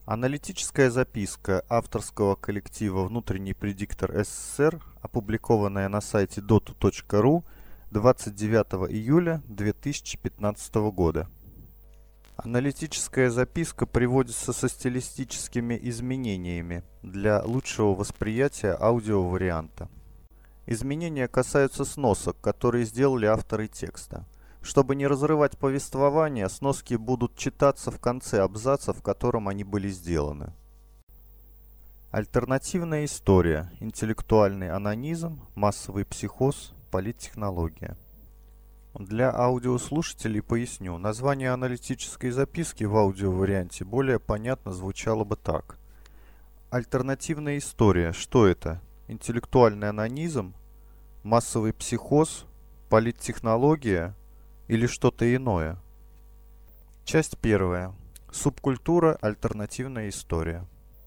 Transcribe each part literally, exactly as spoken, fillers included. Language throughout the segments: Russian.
Аналитическая записка авторского коллектива «Внутренний предиктор СССР», опубликованная на сайте доту точка ру двадцать девятого июля две тысячи пятнадцатого года. Аналитическая записка приводится со стилистическими изменениями для лучшего восприятия аудиоварианта. Изменения касаются сносок, которые сделали авторы текста. Чтобы не разрывать повествование, сноски будут читаться в конце абзаца, в котором они были сделаны. Альтернативная история, интеллектуальный анонизм, массовый психоз, политтехнология. Для аудиослушателей поясню. Название аналитической записки в аудиоварианте более понятно звучало бы так. Альтернативная история. Что это? Интеллектуальный анонизм, массовый психоз, политтехнология или что-то иное? Часть первая. Субкультура, альтернативная история.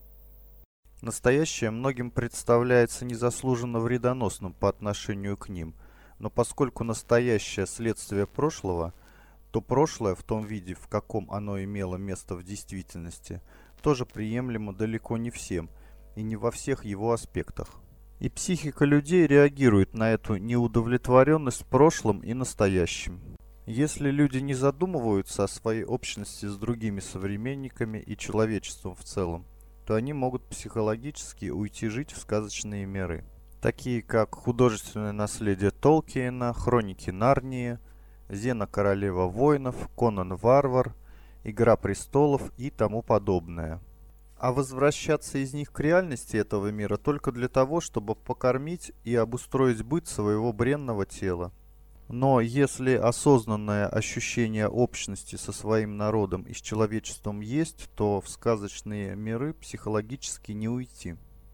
Настоящее многим представляется незаслуженно вредоносным по отношению к ним, но поскольку настоящее следствие прошлого, то прошлое в том виде, в каком оно имело место в действительности, тоже приемлемо далеко не всем и не во всех его аспектах. И психика людей реагирует на эту неудовлетворенность прошлым и настоящим. Если люди не задумываются о своей общности с другими современниками и человечеством в целом, то они могут психологически уйти жить в сказочные миры, такие как художественное наследие Толкиена, Хроники Нарнии, Зена Королева воинов, Конан Варвар, Игра престолов и тому подобное. А возвращаться из них к реальности этого мира только для того, чтобы покормить и обустроить быт своего бренного тела. Но если осознанное ощущение общности со своим народом и с человечеством есть, то в сказочные миры психологически не уйти.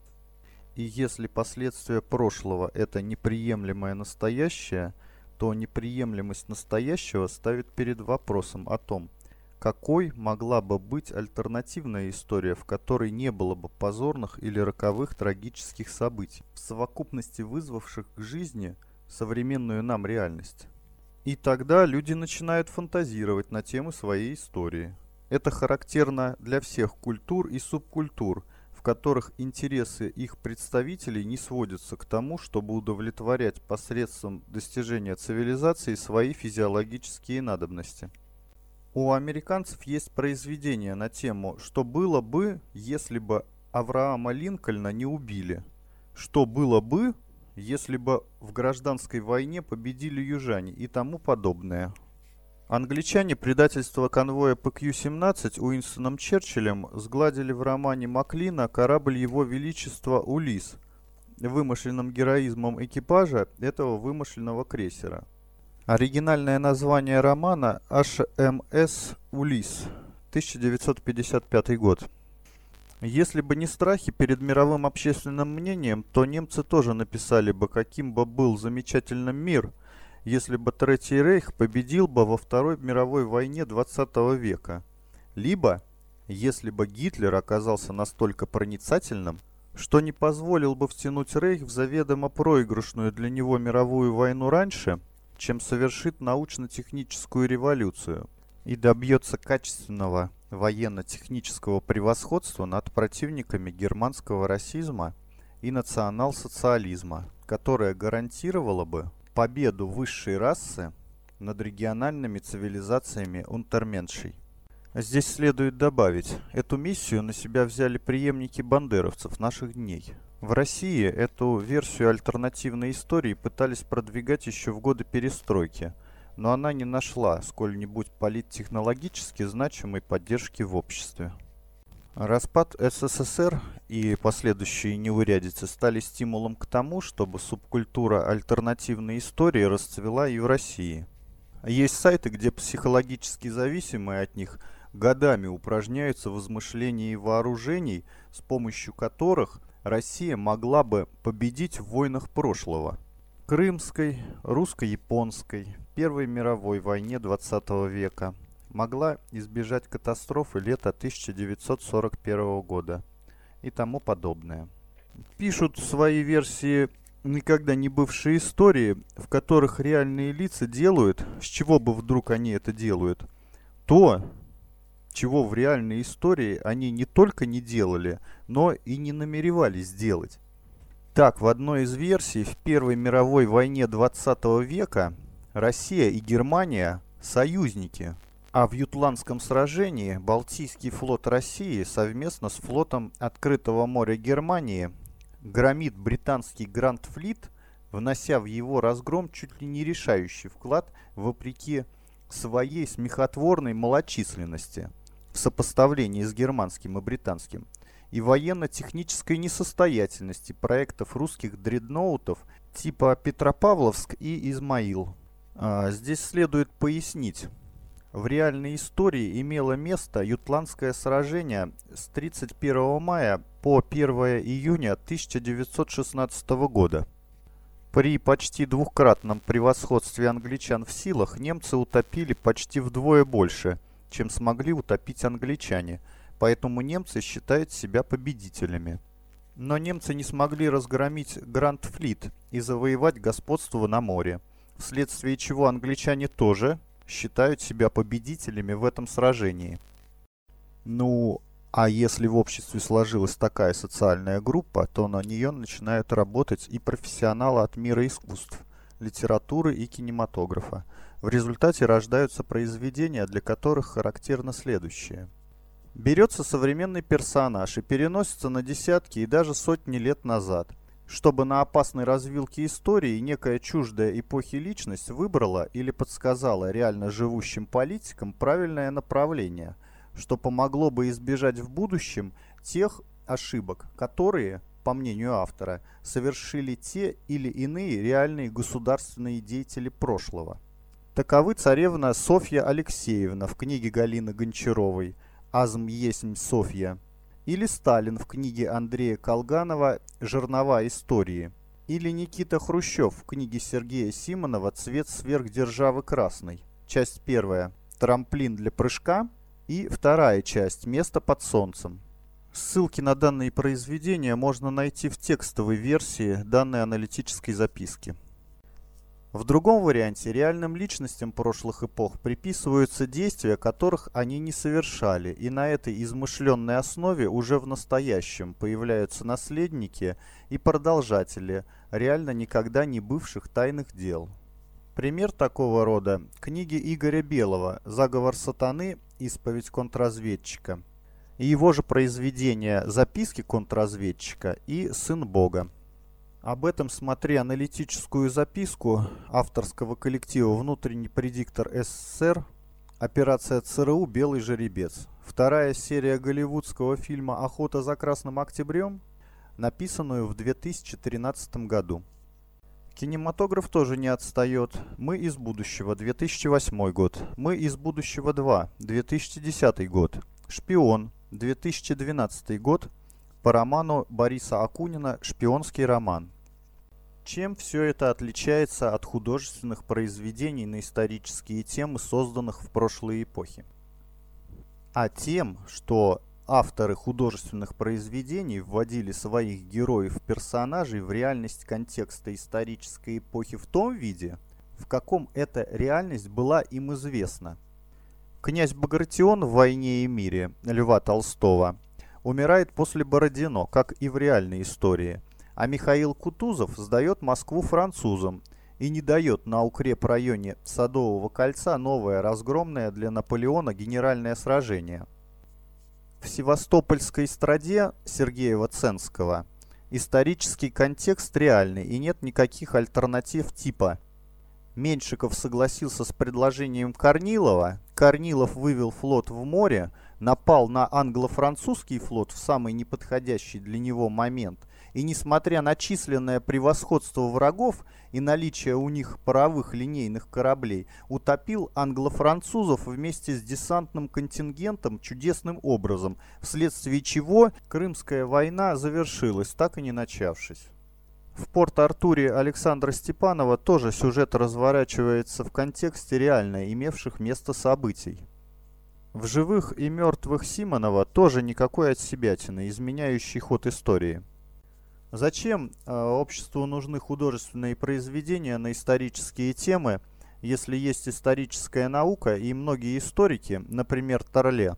И если последствия прошлого – это неприемлемое настоящее, то неприемлемость настоящего ставит перед вопросом о том, какой могла бы быть альтернативная история, в которой не было бы позорных или роковых трагических событий, в совокупности вызвавших к жизни современную нам реальность. И тогда люди начинают фантазировать на тему своей истории. Это характерно для всех культур и субкультур, в которых интересы их представителей не сводятся к тому, чтобы удовлетворять посредством достижения цивилизации свои физиологические надобности. У американцев есть произведение на тему «Что было бы, если бы Авраама Линкольна не убили?», «Что было бы, если бы в гражданской войне победили южане» и тому подобное. Англичане предательство конвоя Пэ Кью семнадцать Уинстоном Черчиллем сгладили в романе Маклина «Корабль Его Величества Улисс», вымышленным героизмом экипажа этого вымышленного крейсера. Оригинальное название романа «Эйч Эм Эс Улисс», тысяча девятьсот пятьдесят пятый год. Если бы не страхи перед мировым общественным мнением, то немцы тоже написали бы, каким бы был замечательным мир, если бы Третий Рейх победил бы во Второй мировой войне двадцатого века. Либо, если бы Гитлер оказался настолько проницательным, что не позволил бы втянуть Рейх в заведомо проигрышную для него мировую войну раньше, чем совершит научно-техническую революцию и добьется качественного военно-технического превосходства над противниками германского расизма и национал-социализма, которое гарантировало бы победу высшей расы над региональными цивилизациями унтерменшей. Здесь следует добавить, эту миссию на себя взяли преемники бандеровцев наших дней. В России эту версию альтернативной истории пытались продвигать еще в годы перестройки, но она не нашла сколь-нибудь политтехнологически значимой поддержки в обществе. Распад Эс Эс Эс Эр и последующие неурядицы стали стимулом к тому, чтобы субкультура альтернативной истории расцвела и в России. Есть сайты, где психологически зависимые от них годами упражняются в измышлении вооружений, с помощью которых Россия могла бы победить в войнах прошлого. Крымской, русско-японской, Первой мировой войне двадцатого века могла избежать катастрофы лета тысяча девятьсот сорок первого года и тому подобное. Пишут свои версии никогда не бывшие истории, в которых реальные лица делают, с чего бы вдруг они это делают, то, чего в реальной истории они не только не делали, но и не намеревались делать. Так, в одной из версий в Первой мировой войне двадцатого века Россия и Германия – союзники, а в Ютландском сражении Балтийский флот России совместно с флотом Открытого моря Германии громит британский Гранд-флит, внося в его разгром чуть ли не решающий вклад вопреки своей смехотворной малочисленности в сопоставлении с германским и британским и военно-технической несостоятельности проектов русских дредноутов типа Петропавловск и Измаил. А, здесь следует пояснить. В реальной истории имело место Ютландское сражение с тридцать первого мая по первое июня тысяча девятьсот шестнадцатого года. При почти двукратном превосходстве англичан в силах немцы утопили почти вдвое больше, чем смогли утопить англичане, поэтому немцы считают себя победителями. Но немцы не смогли разгромить Гранд-флит и завоевать господство на море, вследствие чего англичане тоже считают себя победителями в этом сражении. Ну, а если в обществе сложилась такая социальная группа, то на нее начинают работать и профессионалы от мира искусств, литературы и кинематографа. В результате рождаются произведения, для которых характерно следующее. Берется современный персонаж и переносится на десятки и даже сотни лет назад, чтобы на опасной развилке истории некая чуждая эпохи личность выбрала или подсказала реально живущим политикам правильное направление, что помогло бы избежать в будущем тех ошибок, которые, по мнению автора, совершили те или иные реальные государственные деятели прошлого. Таковы царевна Софья Алексеевна в книге Галины Гончаровой «Азм есмь Софья», или Сталин в книге Андрея Колганова «Жернова истории», или Никита Хрущев в книге Сергея Симонова «Цвет сверхдержавы красной», часть первая «Трамплин для прыжка» и вторая часть «Место под солнцем». Ссылки на данные произведения можно найти в текстовой версии данной аналитической записки. В другом варианте реальным личностям прошлых эпох приписываются действия, которых они не совершали, и на этой измышленной основе уже в настоящем появляются наследники и продолжатели реально никогда не бывших тайных дел. Пример такого рода – книги Игоря Белого «Заговор сатаны. Исповедь контрразведчика» и его же произведения «Записки контрразведчика» и «Сын Бога». Об этом смотри аналитическую записку авторского коллектива «Внутренний предиктор СССР. Операция ЦРУ «Белый жеребец». Вторая серия голливудского фильма «Охота за Красным Октябрем», написанную в две тысячи тринадцатом году. Кинематограф тоже не отстает. «Мы из будущего» две тысячи восьмой год. «Мы из будущего два» две тысячи десятый год. «Шпион» две тысячи двенадцатый год. По роману Бориса Акунина «Шпионский роман». Чем все это отличается от художественных произведений на исторические темы, созданных в прошлые эпохи? А тем, что авторы художественных произведений вводили своих героев-персонажей в реальность контекста исторической эпохи в том виде, в каком эта реальность была им известна. Князь Багратион в «Войне и мире» Льва Толстого умирает после Бородино, как и в реальной истории, а Михаил Кутузов сдает Москву французам и не дает на укрепрайоне Садового кольца новое разгромное для Наполеона генеральное сражение. В севастопольской страде Сергеева-Ценского исторический контекст реальный и нет никаких альтернатив типа Меньшиков согласился с предложением Корнилова, Корнилов вывел флот в море, напал на англо-французский флот в самый неподходящий для него момент, и несмотря на численное превосходство врагов и наличие у них паровых линейных кораблей, утопил англо-французов вместе с десантным контингентом чудесным образом, вследствие чего Крымская война завершилась, так и не начавшись. В Порт-Артуре Александра Степанова тоже сюжет разворачивается в контексте реально имевших место событий. В «Живых и мертвых» Симонова тоже никакой отсебятины, изменяющий ход истории. Зачем э, обществу нужны художественные произведения на исторические темы, если есть историческая наука и многие историки, например, Торле,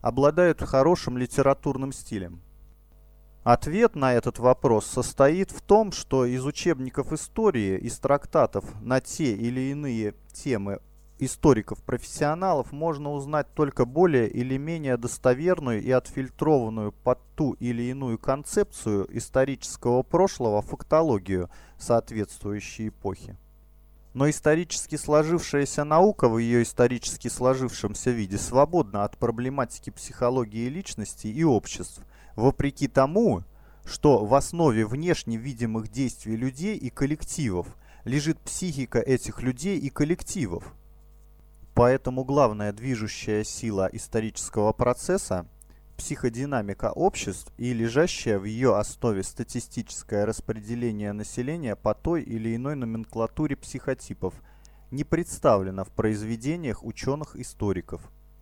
обладают хорошим литературным стилем? Ответ на этот вопрос состоит в том, что из учебников истории, из трактатов на те или иные темы историков-профессионалов можно узнать только более или менее достоверную и отфильтрованную под ту или иную концепцию исторического прошлого фактологию соответствующей эпохи. Но исторически сложившаяся наука в ее исторически сложившемся виде свободна от проблематики психологии личности и обществ, вопреки тому, что в основе внешне видимых действий людей и коллективов лежит психика этих людей и коллективов. Поэтому главная движущая сила исторического процесса – психодинамика обществ и лежащее в ее основе статистическое распределение населения по той или иной номенклатуре психотипов не представлено в произведениях ученых-историков.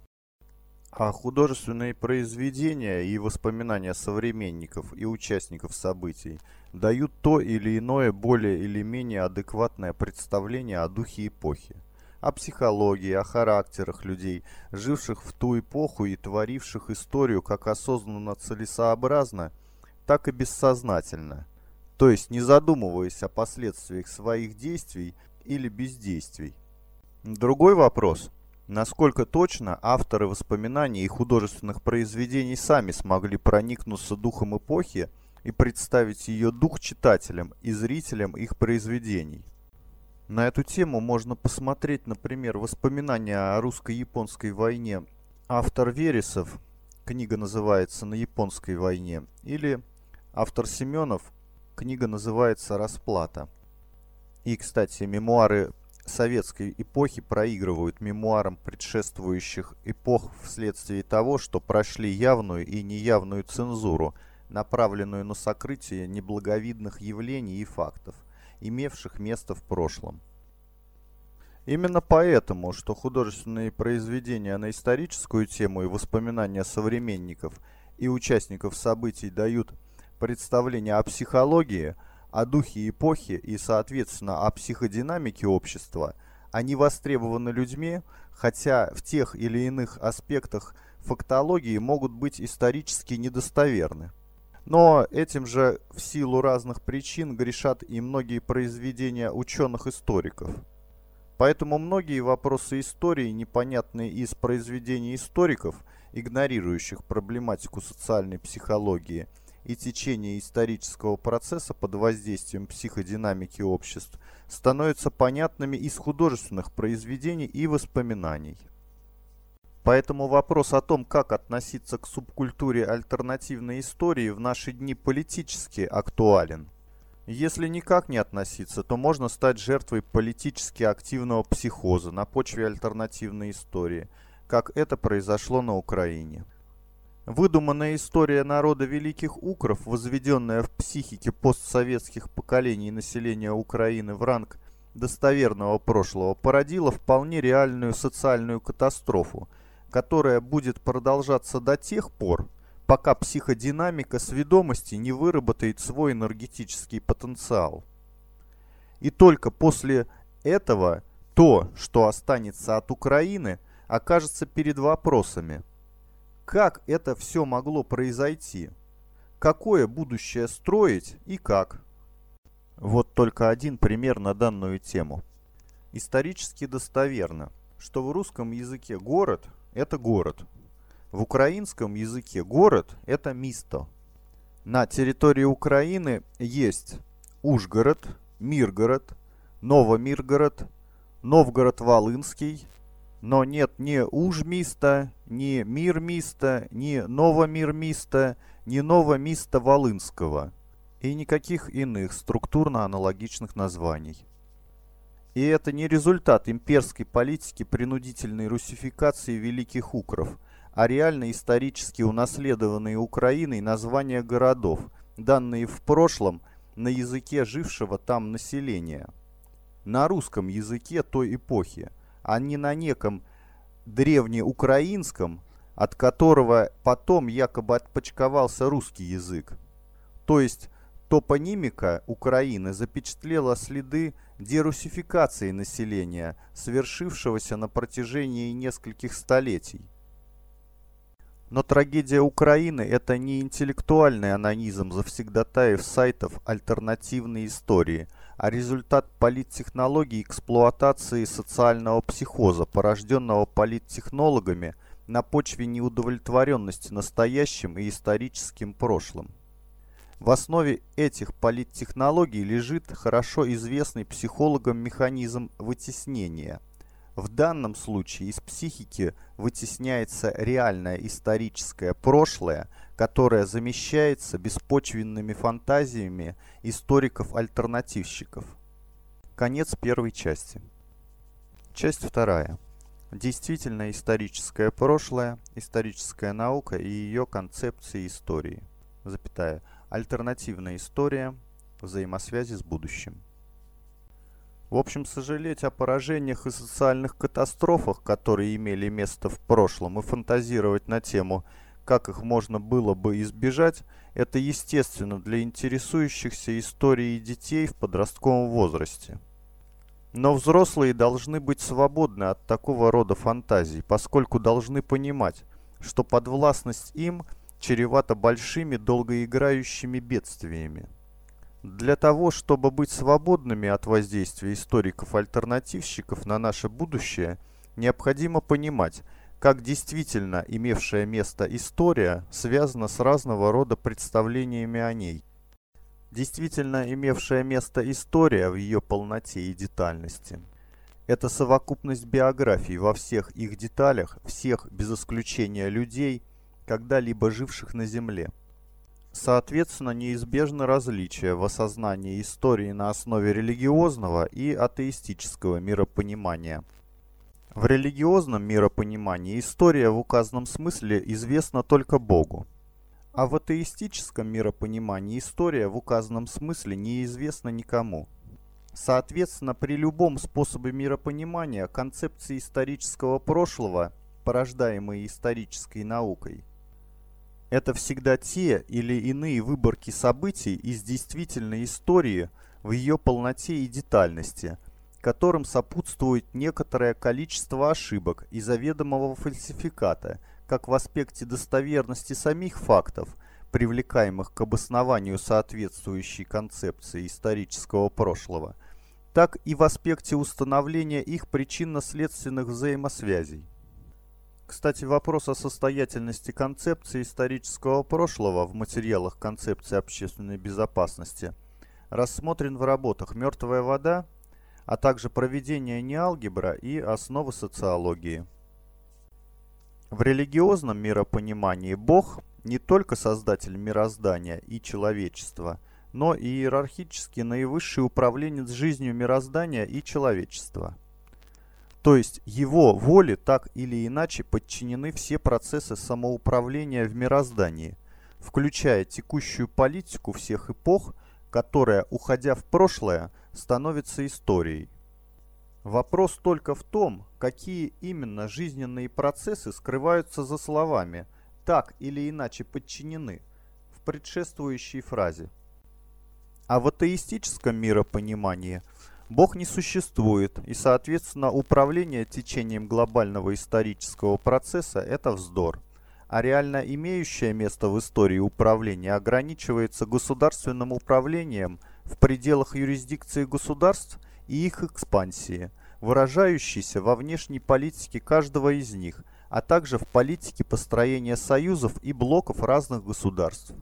А художественные произведения и воспоминания современников и участников событий дают то или иное более или менее адекватное представление о духе эпохи, о психологии, о характерах людей, живших в ту эпоху и творивших историю как осознанно целесообразно, так и бессознательно, то есть не задумываясь о последствиях своих действий или бездействий. Другой вопрос – насколько точно авторы воспоминаний и художественных произведений сами смогли проникнуться духом эпохи и представить ее дух читателям и зрителям их произведений. На эту тему можно посмотреть, например, воспоминания о русско-японской войне автор Вересов, книга называется «На японской войне», или автор Семенов, книга называется «Расплата». И, кстати, мемуары советской эпохи проигрывают мемуарам предшествующих эпох вследствие того, что прошли явную и неявную цензуру, направленную на сокрытие неблаговидных явлений и фактов, имевших место в прошлом. Именно поэтому, что художественные произведения на историческую тему и воспоминания современников и участников событий дают представление о психологии, о духе эпохи и, соответственно, о психодинамике общества, они востребованы людьми, хотя в тех или иных аспектах фактологии могут быть исторически недостоверны. Но этим же в силу разных причин грешат и многие произведения ученых-историков. Поэтому многие вопросы истории, непонятные из произведений историков, игнорирующих проблематику социальной психологии, и течение исторического процесса под воздействием психодинамики обществ становятся понятными из художественных произведений и воспоминаний. Поэтому вопрос о том, как относиться к субкультуре альтернативной истории, в наши дни политически актуален. Если никак не относиться, то можно стать жертвой политически активного психоза на почве альтернативной истории, как это произошло на Украине. Выдуманная история народа великих укров, возведенная в психике постсоветских поколений населения Украины в ранг достоверного прошлого, породила вполне реальную социальную катастрофу, которая будет продолжаться до тех пор, пока психодинамика сведомости не выработает свой энергетический потенциал. И только после этого то, что останется от Украины, окажется перед вопросами: как это все могло произойти? Какое будущее строить и как? Вот только один пример на данную тему. Исторически достоверно, что в русском языке город – это город. В украинском языке город – это мисто. На территории Украины есть Ужгород, Миргород, Новомиргород, Новгород-Волынский, но нет ни Ужмиста, ни Мирмиста, ни Новомирмиста, ни Новомиста Волынского и никаких иных структурно-аналогичных названий. И это не результат имперской политики принудительной русификации великих укров, а реально исторически унаследованные Украиной названия городов, данные в прошлом на языке жившего там населения. На русском языке той эпохи, а не на неком древнеукраинском, от которого потом якобы отпочковался русский язык. То есть топонимика Украины запечатлела следы дерусификации населения, свершившегося на протяжении нескольких столетий. Но трагедия Украины – это не интеллектуальный анонизм завсегдатаев сайтов альтернативной истории, а результат политтехнологий эксплуатации социального психоза, порожденного политтехнологами на почве неудовлетворенности настоящим и историческим прошлым. В основе этих политтехнологий лежит хорошо известный психологам механизм вытеснения. В данном случае из психики вытесняется реальное историческое прошлое, которое замещается беспочвенными фантазиями историков-альтернативщиков. Конец первой части. Часть вторая. Действительно историческое прошлое, историческая наука и ее концепции истории. Запятая. Альтернативная история, взаимосвязи с будущим. В общем, сожалеть о поражениях и социальных катастрофах, которые имели место в прошлом, и фантазировать на тему, как их можно было бы избежать, это естественно для интересующихся историей детей в подростковом возрасте. Но взрослые должны быть свободны от такого рода фантазий, поскольку должны понимать, что подвластность им чревата большими долгоиграющими бедствиями. Для того, чтобы быть свободными от воздействия историков-альтернативщиков на наше будущее, необходимо понимать, как действительно имевшая место история связана с разного рода представлениями о ней. Действительно имевшая место история в ее полноте и детальности – это совокупность биографий во всех их деталях, всех без исключения людей, когда-либо живших на Земле. Соответственно, неизбежно различие в осознании истории на основе религиозного и атеистического миропонимания. В религиозном миропонимании история в указанном смысле известна только Богу, а в атеистическом миропонимании история в указанном смысле неизвестна никому. Соответственно, при любом способе миропонимания концепции исторического прошлого, порождаемые исторической наукой, это всегда те или иные выборки событий из действительной истории в ее полноте и детальности, которым сопутствует некоторое количество ошибок и заведомого фальсификата, как в аспекте достоверности самих фактов, привлекаемых к обоснованию соответствующей концепции исторического прошлого, так и в аспекте установления их причинно-следственных взаимосвязей. Кстати, вопрос о состоятельности концепции исторического прошлого в материалах концепции общественной безопасности рассмотрен в работах «Мертвая вода», а также «Проведение неалгебра» и «Основы социологии». В религиозном миропонимании Бог не только создатель мироздания и человечества, но и иерархически наивысший управленец жизнью мироздания и человечества. То есть его воле так или иначе подчинены все процессы самоуправления в мироздании, включая текущую политику всех эпох, которая, уходя в прошлое, становится историей. Вопрос только в том, какие именно жизненные процессы скрываются за словами «так или иначе подчинены» в предшествующей фразе. А в атеистическом миропонимании Бог не существует, и, соответственно, управление течением глобального исторического процесса – это вздор, а реально имеющее место в истории управление ограничивается государственным управлением в пределах юрисдикции государств и их экспансии, выражающейся во внешней политике каждого из них, а также в политике построения союзов и блоков разных государств.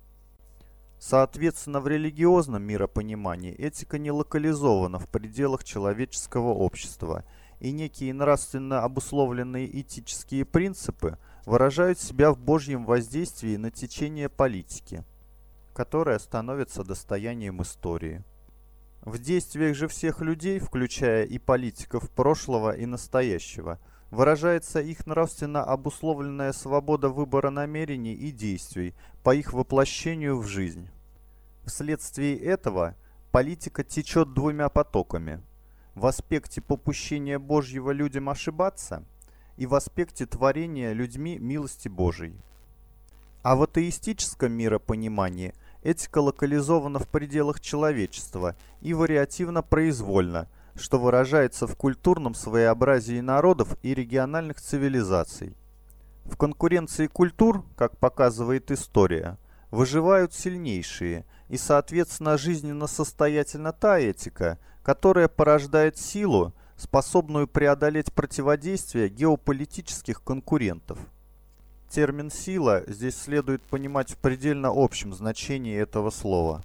Соответственно, в религиозном миропонимании этика не локализована в пределах человеческого общества, и некие нравственно обусловленные этические принципы выражают себя в Божьем воздействии на течение политики, которая становится достоянием истории. В действиях же всех людей, включая и политиков прошлого и настоящего, выражается их нравственно обусловленная свобода выбора намерений и действий по их воплощению в жизнь. Вследствие этого политика течет двумя потоками: в аспекте попущения Божьего людям ошибаться и в аспекте творения людьми милости Божией. А в атеистическом миропонимании этика локализована в пределах человечества и вариативно-произвольна, что выражается в культурном своеобразии народов и региональных цивилизаций. В конкуренции культур, как показывает история, выживают сильнейшие, и, соответственно, жизненно состоятельна та этика, которая порождает силу, способную преодолеть противодействие геополитических конкурентов. Термин «сила» здесь следует понимать в предельно общем значении этого слова.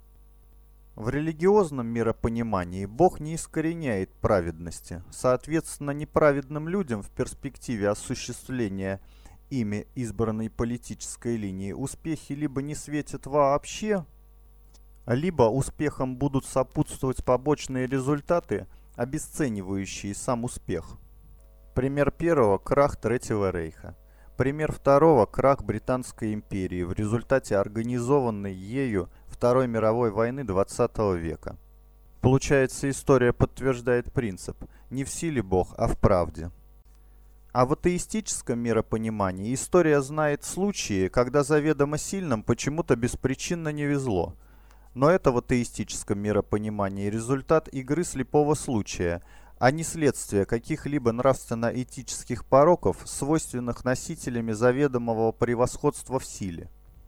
В религиозном миропонимании Бог не искореняет праведности. Соответственно, неправедным людям в перспективе осуществления ими избранной политической линии успехи либо не светят вообще, либо успехам будут сопутствовать побочные результаты, обесценивающие сам успех. Пример первого – крах Третьего рейха. Пример второго – крах Британской империи в результате организованной ею Второй мировой войны двадцатого века. Получается, история подтверждает принцип «не в силе Бог, а в правде». А в атеистическом миропонимании история знает случаи, когда заведомо сильным почему-то беспричинно не везло. Но это в атеистическом миропонимании результат игры слепого случая, а не следствие каких-либо нравственно-этических пороков, свойственных носителями заведомого превосходства в силе.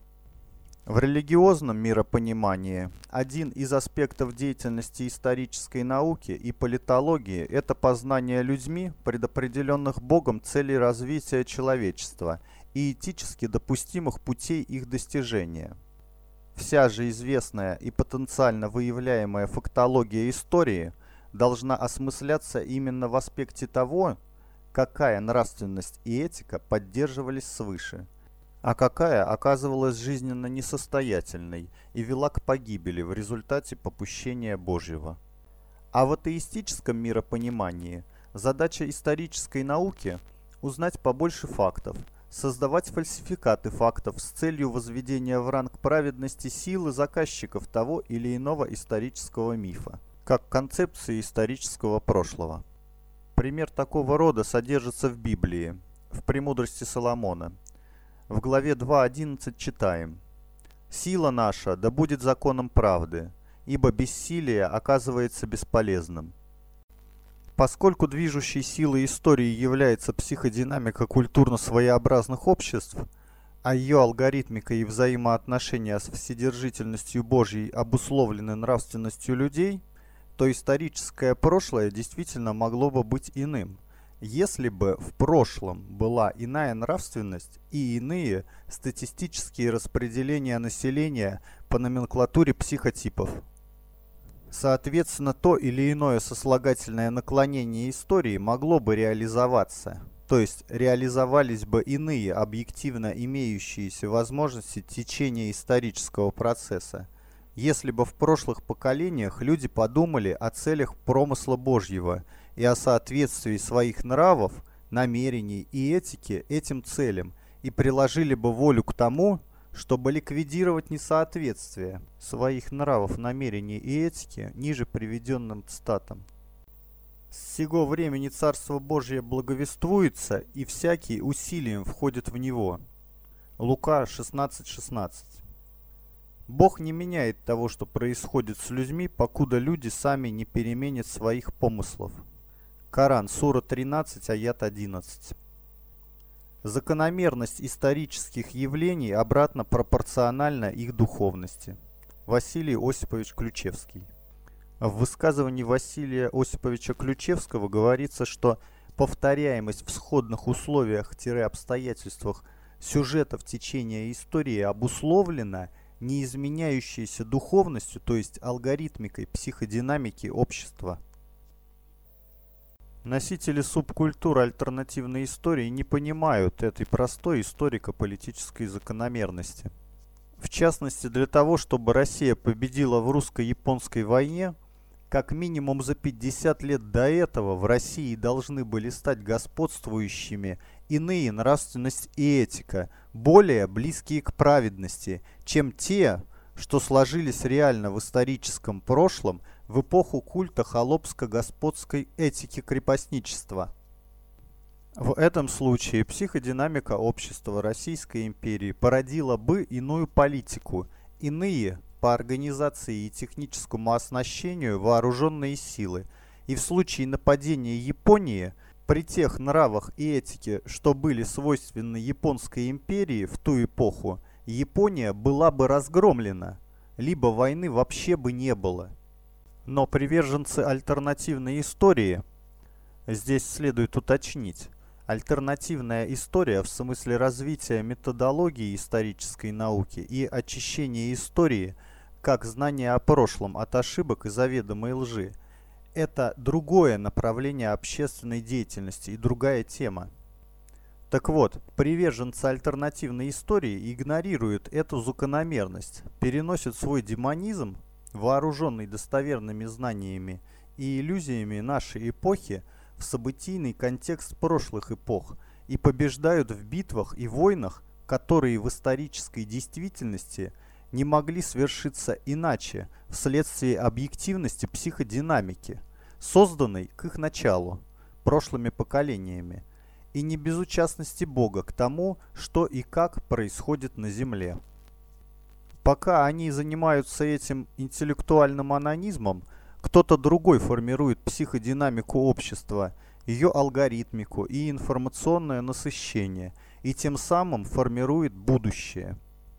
В религиозном миропонимании один из аспектов деятельности исторической науки и политологии – это познание людьми предопределенных Богом целей развития человечества и этически допустимых путей их достижения. Вся же известная и потенциально выявляемая фактология истории должна осмысляться именно в аспекте того, какая нравственность и этика поддерживались свыше, а какая оказывалась жизненно несостоятельной и вела к погибели в результате попущения Божьего. А в атеистическом миропонимании задача исторической науки – узнать побольше фактов, создавать фальсификаты фактов с целью возведения в ранг праведности силы заказчиков того или иного исторического мифа, как концепции исторического прошлого. Пример такого рода содержится в Библии, в «Премудрости Соломона». В главе два одиннадцать читаем: «Сила наша да будет законом правды, ибо бессилие оказывается бесполезным». Поскольку движущей силой истории является психодинамика культурно-своеобразных обществ, а ее алгоритмика и взаимоотношения с Вседержительностью Божьей обусловлены нравственностью людей, то историческое прошлое действительно могло бы быть иным, если бы в прошлом была иная нравственность и иные статистические распределения населения по номенклатуре психотипов. Соответственно, то или иное сослагательное наклонение истории могло бы реализоваться, то есть реализовались бы иные объективно имеющиеся возможности течения исторического процесса, если бы в прошлых поколениях люди подумали о целях промысла Божьего и о соответствии своих нравов, намерений и этики этим целям и приложили бы волю к тому, чтобы ликвидировать несоответствие своих нравов, намерений и этики ниже приведенным цитатам. С сего времени Царство Божие благовествуется, и всякий усилием входит в него. Лука шестнадцать шестнадцать. Бог не меняет того, что происходит с людьми, покуда люди сами не переменят своих помыслов. Коран, сура тринадцать, аят одиннадцать. Закономерность исторических явлений обратно пропорциональна их духовности. Василий Осипович Ключевский. В высказывании Василия Осиповича Ключевского говорится, что повторяемость в сходных условиях-обстоятельствах сюжетов течения истории обусловлена неизменяющейся духовностью, то есть алгоритмикой психодинамики общества. Носители субкультуры альтернативной истории не понимают этой простой историко-политической закономерности. В частности, для того, чтобы Россия победила в русско-японской войне, как минимум за пятьдесят лет до этого в России должны были стать господствующими иные нравственность и этика, более близкие к праведности, чем те, что сложились реально в историческом прошлом в эпоху культа холопско-господской этики крепостничества. В этом случае психодинамика общества Российской империи породила бы иную политику, иные по организации и техническому оснащению вооруженные силы, и в случае нападения Японии при тех нравах и этике, что были свойственны Японской империи в ту эпоху, Япония была бы разгромлена, либо войны вообще бы не было. Но приверженцы альтернативной истории, здесь следует уточнить, альтернативная история в смысле развития методологии исторической науки и очищения истории как знания о прошлом от ошибок и заведомой лжи, это другое направление общественной деятельности и другая тема. Так вот, приверженцы альтернативной истории игнорируют эту закономерность, переносят свой демонизм, вооруженный достоверными знаниями и иллюзиями нашей эпохи, в событийный контекст прошлых эпох и побеждают в битвах и войнах, которые в исторической действительности не могли свершиться иначе вследствие объективности психодинамики, созданной к их началу прошлыми поколениями, и не безучастности Бога к тому, что и как происходит на Земле. Пока они занимаются этим интеллектуальным анонизмом, кто-то другой формирует психодинамику общества, ее алгоритмику и информационное насыщение, и тем самым формирует будущее.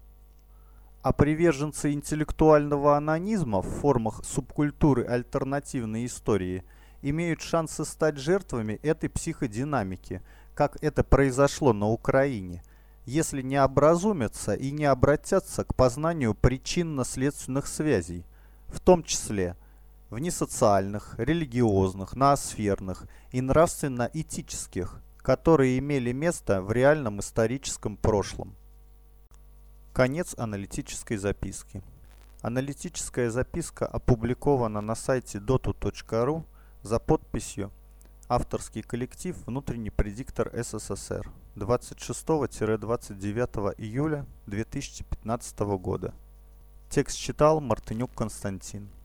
А приверженцы интеллектуального анонизма в формах субкультуры альтернативной истории имеют шансы стать жертвами этой психодинамики, как это произошло на Украине, если не образумятся и не обратятся к познанию причинно-следственных связей, в том числе внесоциальных, религиозных, ноосферных и нравственно-этических, которые имели место в реальном историческом прошлом. Конец аналитической записки. Аналитическая записка опубликована на сайте доту точка ру за подписью «Авторский коллектив «Внутренний предиктор СССР» двадцать шестого — двадцать девятого июля две тысячи пятнадцатого года. Текст читал Мартынюк Константин.